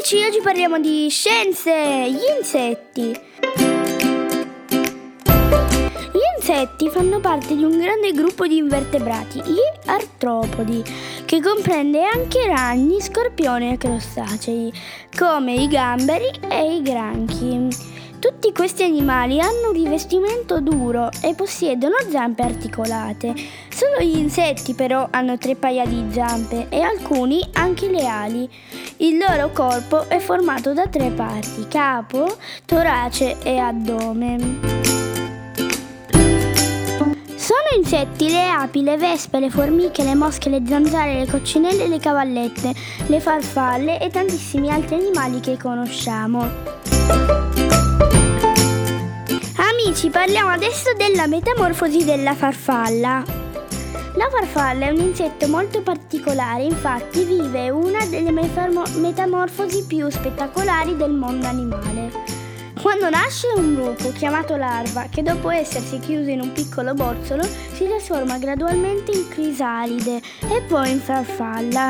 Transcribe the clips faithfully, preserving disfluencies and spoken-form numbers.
amici, oggi parliamo di scienze, gli insetti. Gli insetti fanno parte di un grande gruppo di invertebrati, gli artropodi, che comprende anche ragni, scorpioni e crostacei, come i gamberi e i granchi. Tutti questi animali hanno un rivestimento duro e possiedono zampe articolate. Solo gli insetti però hanno tre paia di zampe e alcuni anche le ali. Il loro corpo è formato da tre parti: capo, torace e addome. Sono insetti le api, le vespe, le formiche, le mosche, le zanzare, le coccinelle, le cavallette, le farfalle e tantissimi altri animali che conosciamo. Amici, parliamo adesso della metamorfosi della farfalla. La farfalla è un insetto molto particolare, infatti vive una delle metamorfosi più spettacolari del mondo animale. Quando nasce un lupo chiamato larva, che dopo essersi chiuso in un piccolo bozzolo si trasforma gradualmente in crisalide e poi in farfalla.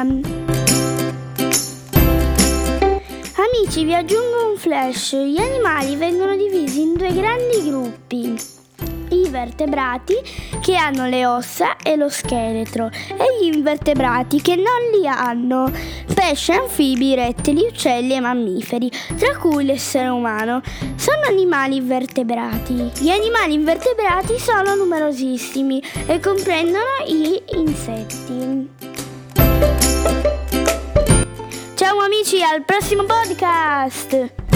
Amici, vi aggiungo un flash: gli animali vengono divisi in due grandi gruppi: i vertebrati, che hanno le ossa e lo scheletro, e gli invertebrati, che non li hanno: pesci, anfibi, rettili, uccelli e mammiferi, tra cui l'essere umano. Sono animali invertebrati. Gli animali invertebrati sono numerosissimi e comprendono gli insetti. Ciao amici, al prossimo podcast!